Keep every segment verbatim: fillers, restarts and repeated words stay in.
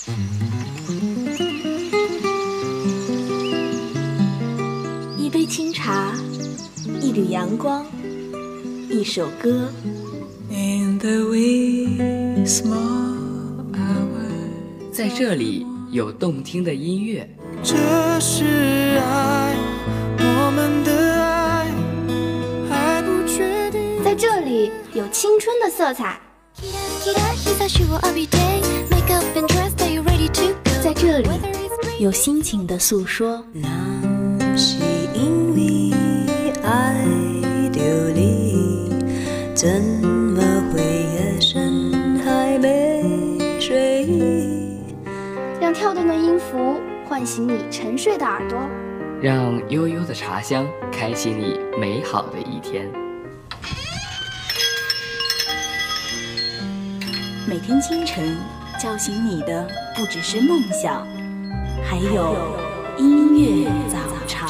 一杯清茶，一缕阳光，一首歌。 In the wee small hour， 在这里有动听的音乐， 这是爱，我们的爱还不确定。 在这里有青春的色彩，在这里有心情的诉说。 那是因为爱着你，怎么会夜深还没睡？ 让跳动的音符唤醒你沉睡的耳朵， 让悠悠的茶香开启你美好的一天。 每天清晨叫醒你的不只是梦想，还有音乐早茶。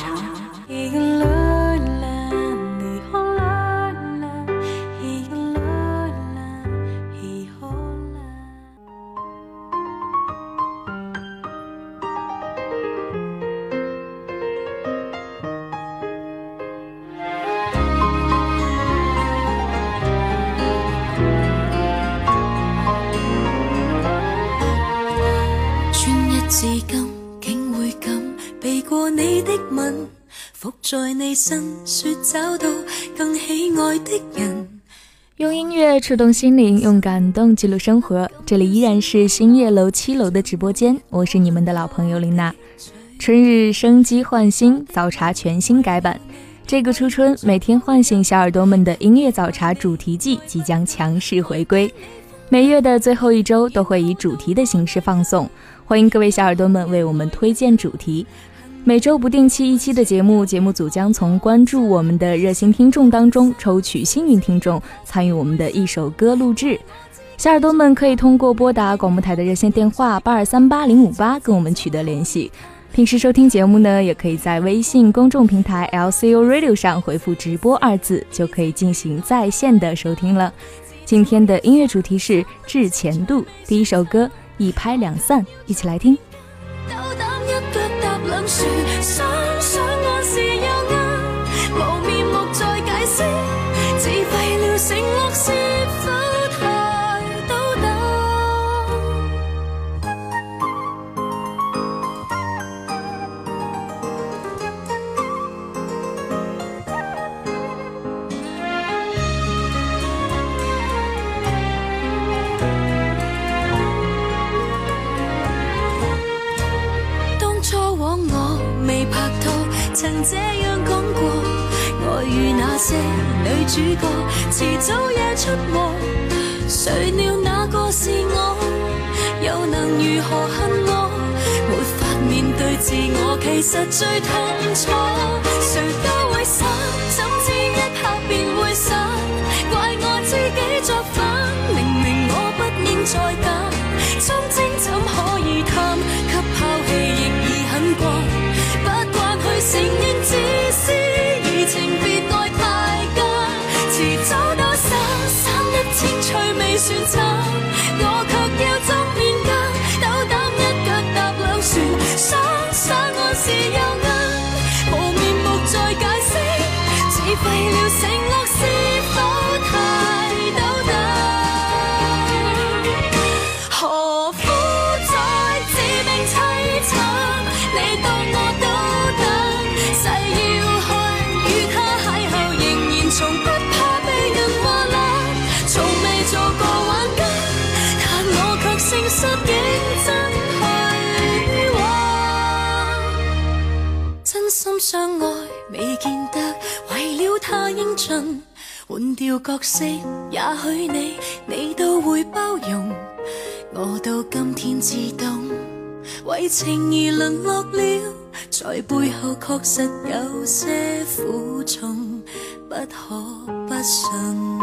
至今竟會咁避過你的吻，伏在你身說找到更喜愛的人。 用音乐触动心灵，用感动记录生活。这里依然是星月楼七楼的直播间，我是你们的老朋友琳娜。春日生机焕新，早茶全新改版。这个初春，每天唤醒小耳朵们的音乐早茶主题季即将强势回归。每月的最后一周都会以主题的形式放送，欢迎各位小耳朵们为我们推荐主题。每周不定期一期的节目，节目组将从关注我们的热心听众当中抽取幸运听众，参与我们的一首歌录制。小耳朵们可以通过拨打广播台的热线电话八二三八零五八跟我们取得联系。平时收听节目呢，也可以在微信公众平台 L C U Radio 上回复直播二字，就可以进行在线的收听了。今天的音乐主題是致前度，第一首歌一拍兩散，一起來聽。 斗膽一腳踏兩船，想想按時又啱，無面目再解釋，自廢了承諾是否太斗膽？未拍拖曾這樣講過，愛與那些女主角遲早也出禍，誰料那個是我，又能如何恨我？沒法面對自我，其實最痛楚，誰都會散，怎知一拍便會散，怪我自己作反，明明我不應再揀，忠貞怎可以貪，給拋棄亦已很慣。承認自私，而情別愛太假，遲早都散，散得清脆未算慘，我卻要爭面家，斗膽一腳踏兩船，想想按時又啱，無面目再解釋，自廢了承諾是否太斗膽？何苦再自命凄慘？你當我都誓要去與他邂逅，仍然從不怕被人話爛，從未做過玩家，但我卻誠實認真去玩。真心相愛未見得，為了他應盡，換掉角色，也許你你都會包容，我到今天至懂，為情而淪落了。在背後確實有些苦衷，不可不信。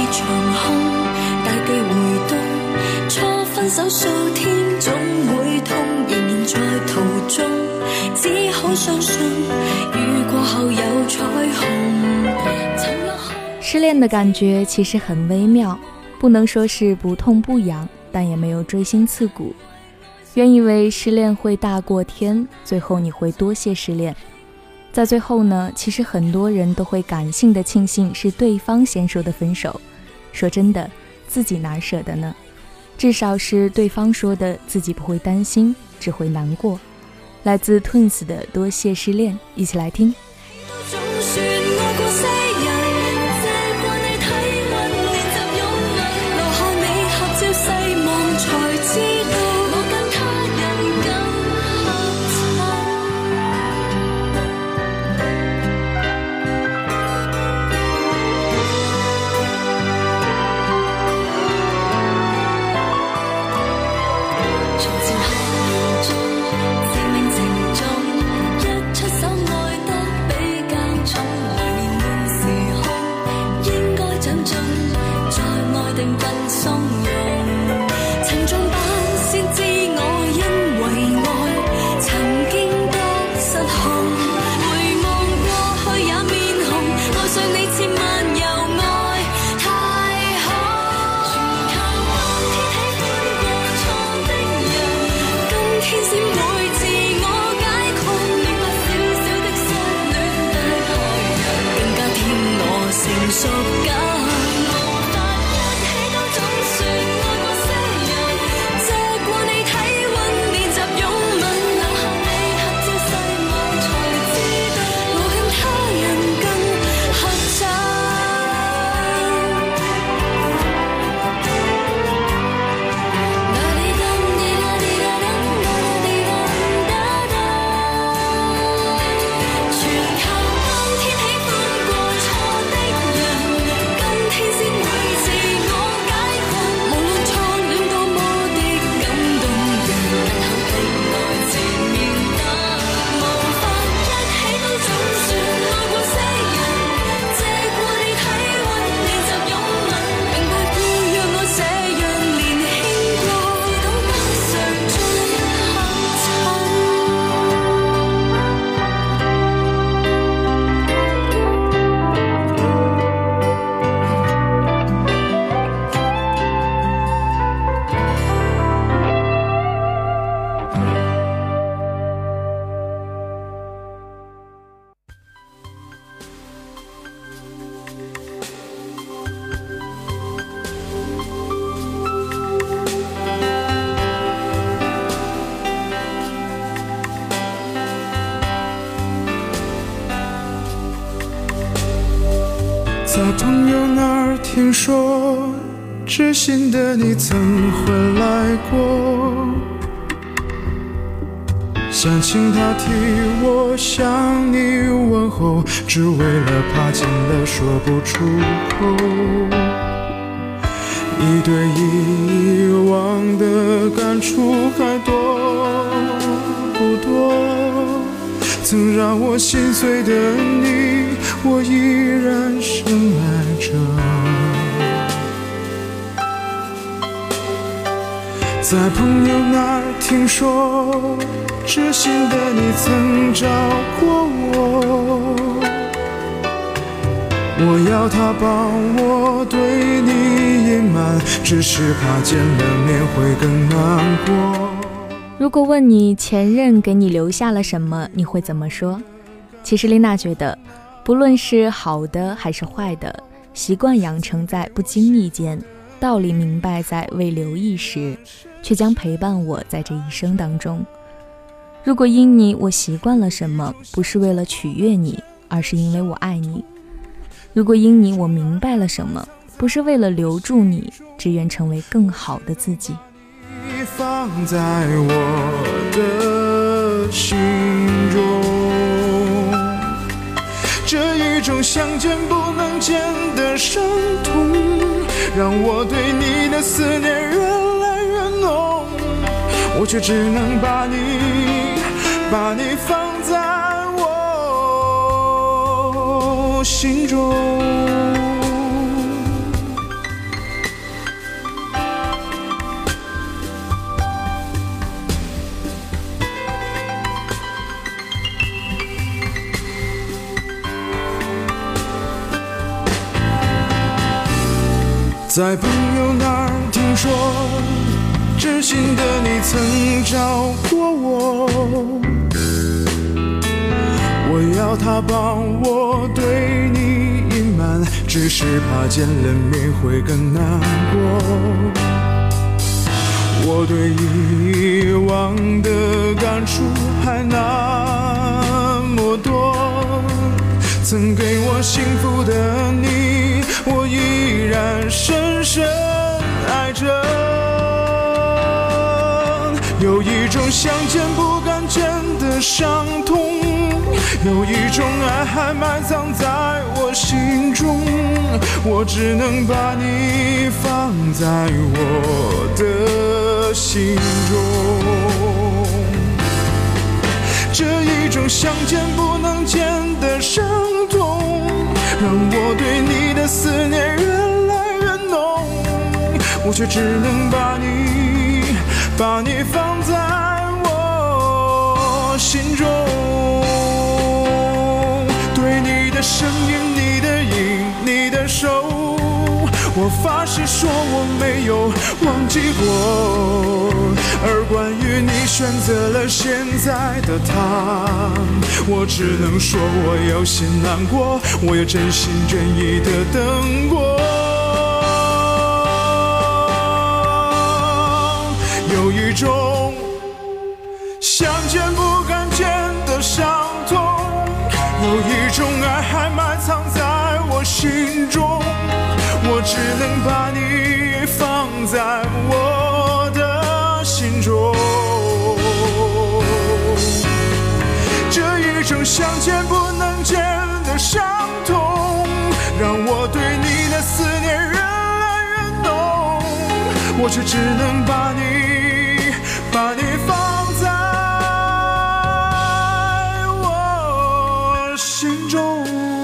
长空，大地回动，初分手数天总会痛，仍然在途中，只好相信雨过后有彩虹。 失恋的感觉其实很微妙，不能说是不痛不痒，但也没有锥心刺骨。原以为失恋会大过天，最后你会多谢失恋。在最后呢，其实很多人都会感性的庆幸是对方先说的分手。说真的，自己哪舍得呢？至少是对方说的，自己不会担心，只会难过。来自 Twins 的多谢失恋，一起来听。 在朋友那儿听说，知心的你曾回来过，想请他替我向你问候，只为了怕见了说不出口。一对以往的感触还多不多？曾让我心碎的你，我依然深爱着。在朋友那儿听说，知心的你曾找过我，我要他帮我对你隐瞒，只是怕见了面会更难过。 如果问你前任给你留下了什么，你会怎么说？其实丽娜觉得，不论是好的还是坏的，习惯养成在不经意间，道理明白在未留意时，却将陪伴我在这一生当中。如果因你我习惯了什么，不是为了取悦你，而是因为我爱你。如果因你我明白了什么，不是为了留住你，只愿成为更好的自己。 放在我的心中，这一种想见不能见的伤痛，让我对你的思念越来越浓，我却只能把你把你放在我心中。 在朋友那儿听说，知心的你曾找过我，我要他帮我对你隐瞒，只是怕见了面会更难过。我对遗忘的感触还那么多，曾给我幸福的你，我依然深深爱着。有一种想见不敢见的伤痛，有一种爱还埋藏在我心中，我只能把你放在我的心中。这一种想见不能见的伤痛，让我对你的思念越来越浓，我却只能把你把你放在我心中。对你的声音，你的影，你的手，我发誓说我没有忘记过。而关于你选择了现在的他，我只能说我有些难过，我也真心真意的等过。有一种想见不敢见的伤痛，有一种爱还埋藏在我心中，我只能把你放在我的心中。这一种想见不能见的伤痛，让我对你的思念越来越浓，我却只能把你把你放在我心中。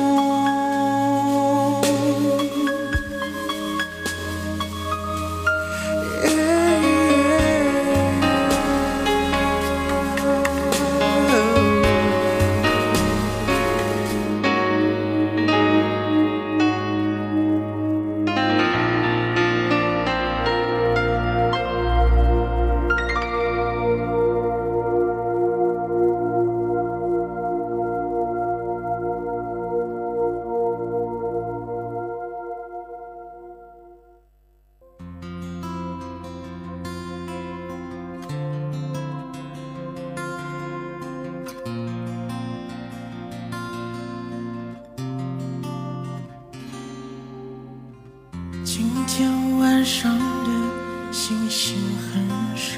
今天晚上的星星很少，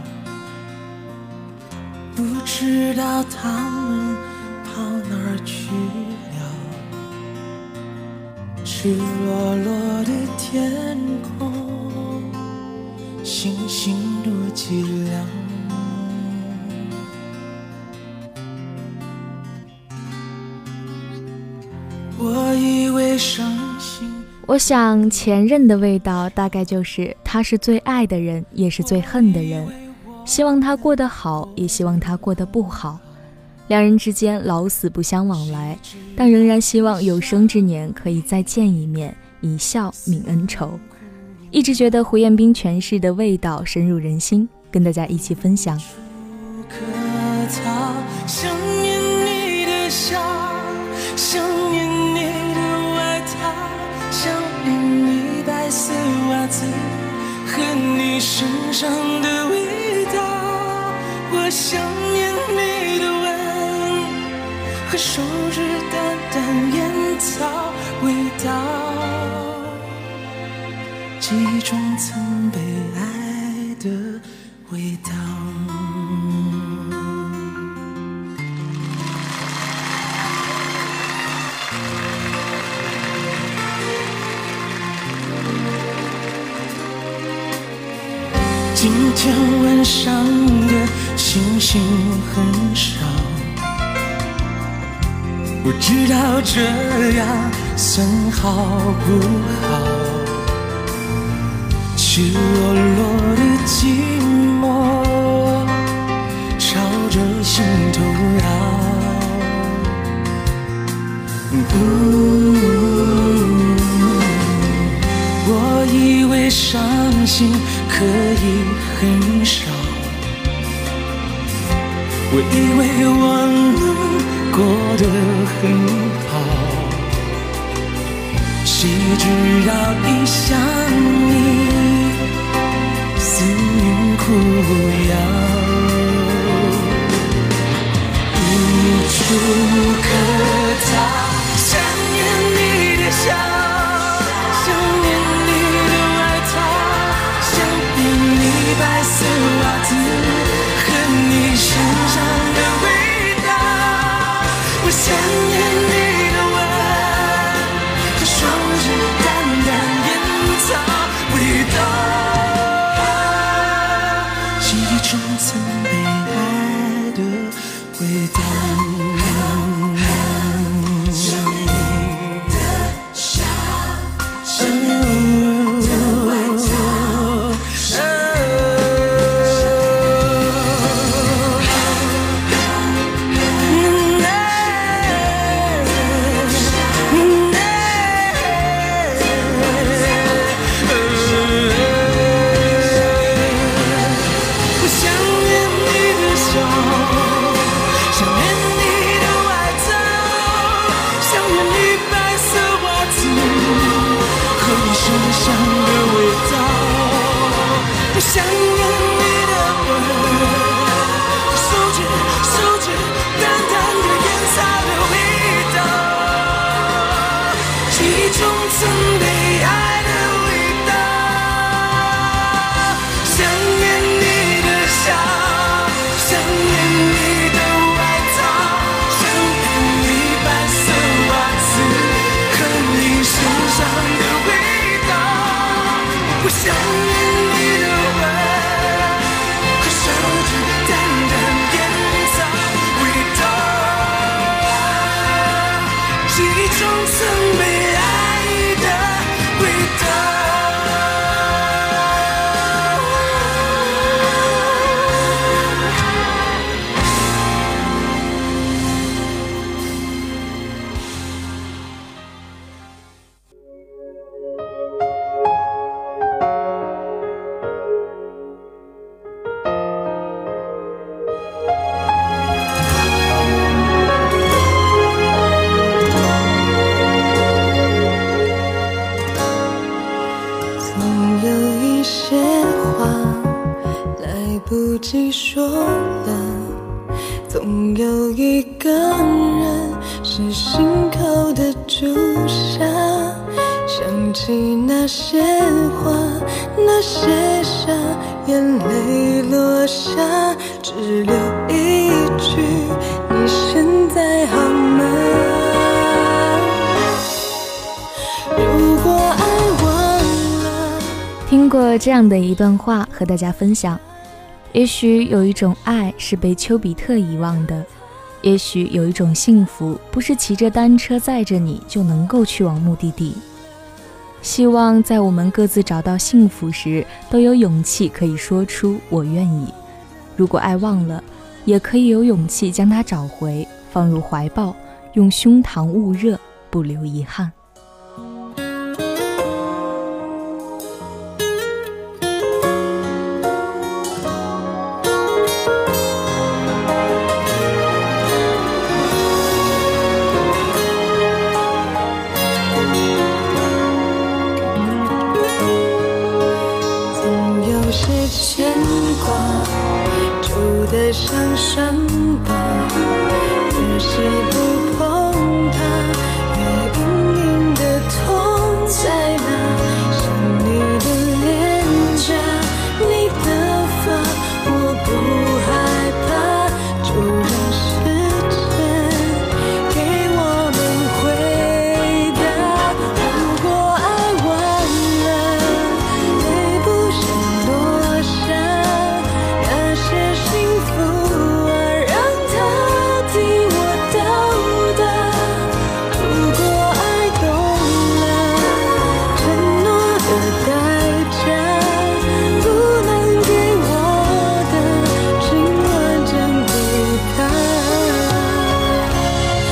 不知道他们跑哪儿去了。赤裸裸的天空，星星多寂寥。我以为伤心， 我想前任的味道大概就是他是最爱的人，也是最恨的人，希望他过得好，也希望他过得不好，两人之间老死不相往来，但仍然希望有生之年可以再见一面，一笑泯恩仇。一直觉得胡彦斌诠释的味道深入人心，跟大家一起分享。 想念你的笑，想念你的外套，想念你白色袜子和你身上的味道，我想念你的吻和手指淡淡烟草味道，记忆中曾被爱的味道。今天晚上的星星很少，不知道这样算好不好，赤裸裸的寂寞朝着心头绕， 我以为伤心可以很少，我以为我能过得很好，谁知道一想你，思念苦药，无处可逃。想念你的笑，想念你的外套，想念你白色袜子和你身上的味道。我想念你的吻和双指淡淡烟草味道，记忆中曾被爱的味道。想念你的吻，手指手指淡淡的烟草的味道，记忆中曾被爱的味道。想念你的笑，想念你的外套，想念你白色袜子和你身上的味道。我想念你的中曾被爱的味道。不及说了，总有一个人是心口的朱砂，想起那些话，那些伤，眼泪落下，只留一句你现在好吗？如果爱忘了。 听过这样的一段话，和大家分享。也许有一种爱是被丘比特遗忘的，也许有一种幸福不是骑着单车载着你就能够去往目的地。希望在我们各自找到幸福时，都有勇气可以说出我愿意。如果爱忘了，也可以有勇气将它找回，放入怀抱，用胸膛捂热，不留遗憾。 像山吧，越是不碰它，越隐隐的痛在哪？是你的脸颊，你的发，我不害怕，就让时间给我们回答。如果爱完了，泪不想落下，那些幸福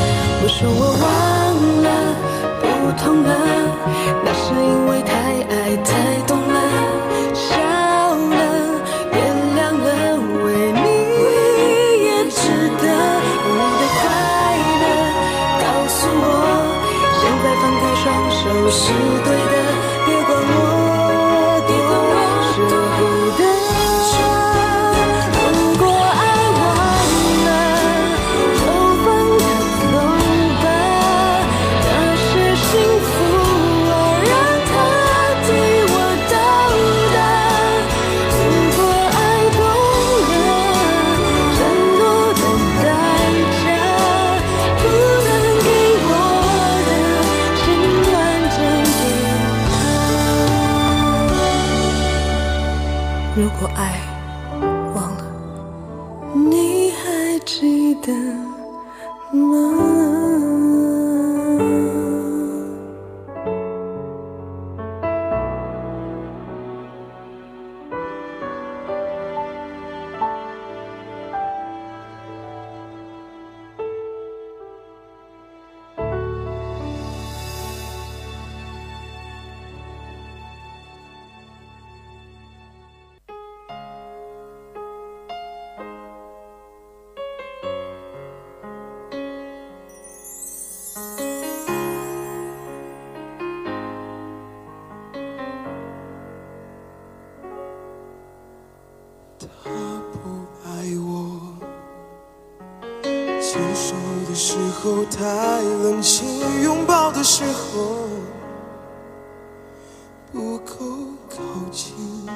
说我忘了，不痛了，那是因为太爱是对的，别管我多舍不得。如果爱忘了，就放它走吧，那是幸福啊，让它替我到达。如果爱懂了，承诺的代价，不能给我的，请完整给他。如果爱忘了，你还记得吗？ 他不爱我，牵手的时候太冷清，拥抱的时候不够靠近。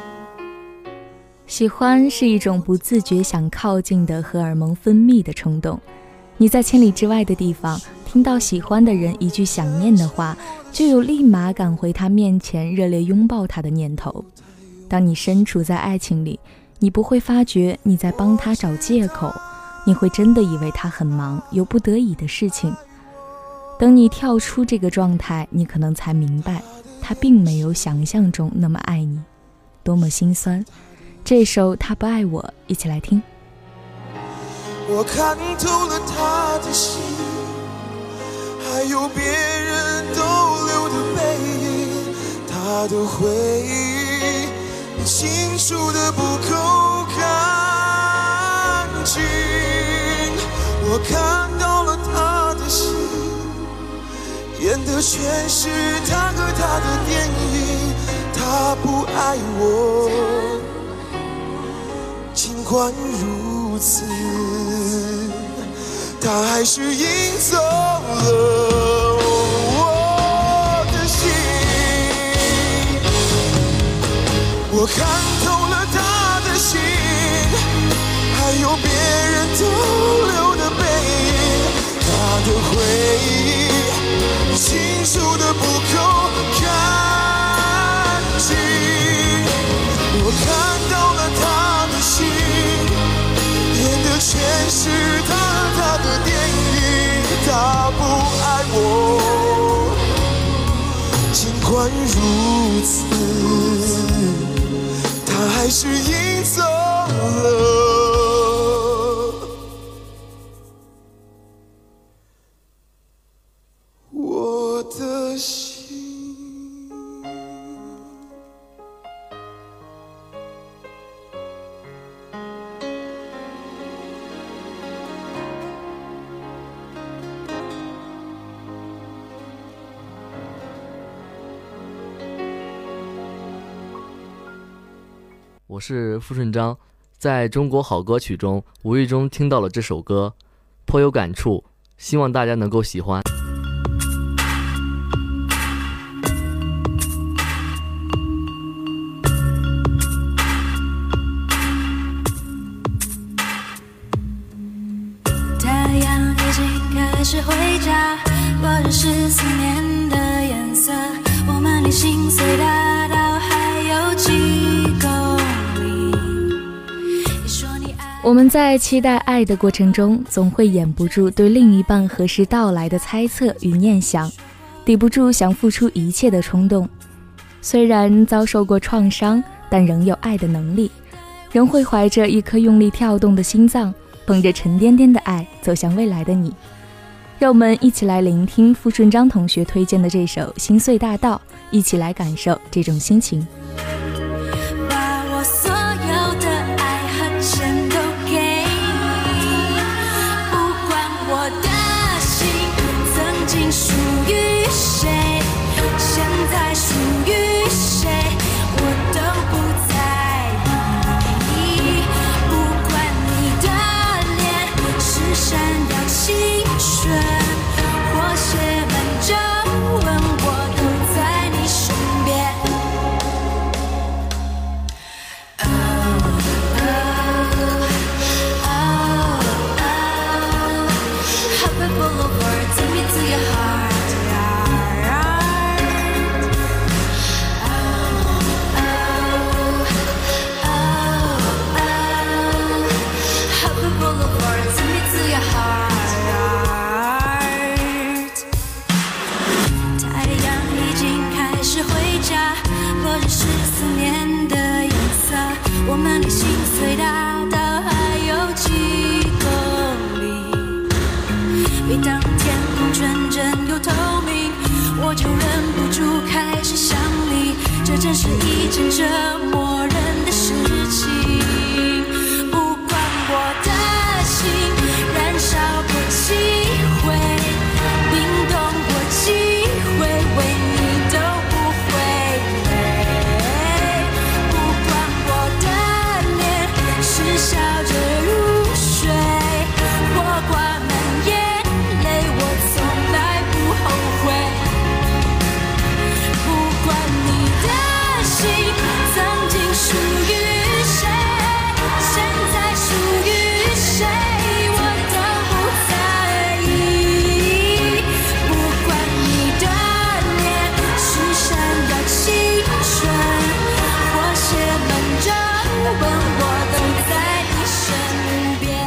喜欢是一种不自觉想靠近的荷尔蒙分泌的冲动。你在千里之外的地方听到喜欢的人一句想念的话，就有立马赶回他面前热烈拥抱他的念头。当你身处在爱情里，你不会发觉你在帮他找借口，你会真的以为他很忙，有不得已的事情。等你跳出这个状态，你可能才明白，他并没有想象中那么爱你，多么心酸。这首《他不爱我》，一起来听。 我看透了他的心，还有别人逗留的背影，他的回忆你清楚的不够干净。我看到了他的心，演的全是他和他的电影。他不爱我，尽管如此，他还是赢走了我的心。我看透了他的心，还有别人逗留的背影，他的回忆清楚的不够干净。我看到了他的心，演的全是他他的电影。他不爱我，尽管如此，他还是赢走了我的心。 我是付顺章，在中国好歌曲中无意中听到了这首歌，颇有感触，希望大家能够喜欢。 太阳已经开始回家，落日是思念的颜色，我们离心碎大道还有几公里。 我们在期待爱的过程中，总会掩不住对另一半何时到来的猜测与念想，抵不住想付出一切的冲动。虽然遭受过创伤，但仍有爱的能力，仍会怀着一颗用力跳动的心脏，捧着沉甸甸的爱走向未来的你。让我们一起来聆听付顺章同学推荐的这首《心碎大道》，一起来感受这种心情。 把我所有的爱和钱都给你，不管我的心曾经属于谁， 现在属于谁，我都不在意。不管你的脸是闪耀青春，或写满皱纹，我都在你身边。我们离心碎大到还有几公里，每当天空纯真又透明，我就忍不住开始想你，这真是一件折磨人的事情。不管我的心燃烧过几回，冰冻过几回，为你都不会累。不管我的是笑着入睡，或挂满眼泪，我从来不后悔。不管你的心曾经属于谁，现在属于谁，我都不在意。不管你的脸是闪耀青春，或写满皱纹，我都在你身边。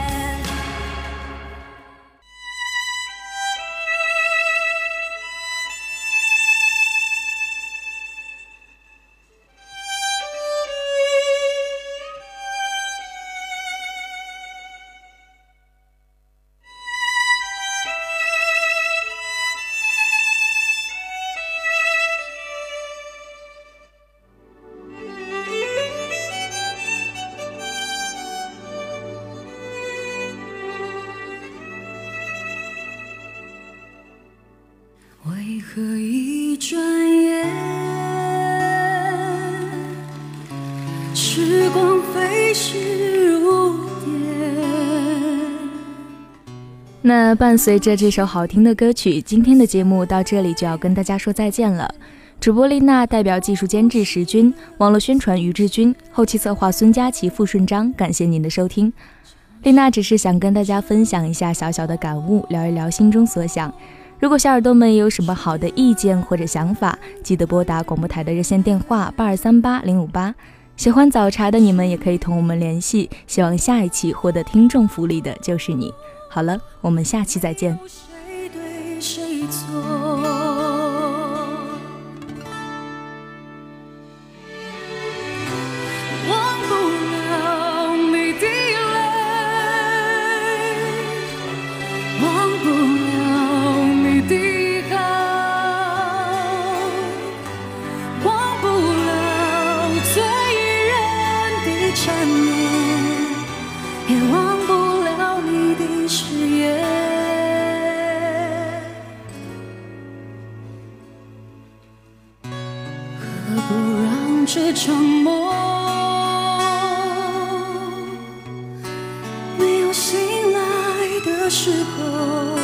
为何一转眼，时光飞逝如电。 那伴随着这首好听的歌曲，今天的节目到这里就要跟大家说再见了。主播丽娜代表技术监制石军，网络宣传于志军，后期策划孙佳琪、傅顺章，感谢您的收听。丽娜只是想跟大家分享一下小小的感悟，聊一聊心中所想。如果小耳朵们有什么好的意见或者想法，记得拨打广播台的热线电话八二三八零五八。喜欢早茶的你们也可以同我们联系，希望下一期获得听众福利的就是你。好了，我们下期再见。 谁对谁错，忘不了你的泪，忘不了你的好，忘不了醉人的缠绵，也忘不了你的誓言。何不让这场梦没有醒来的时候，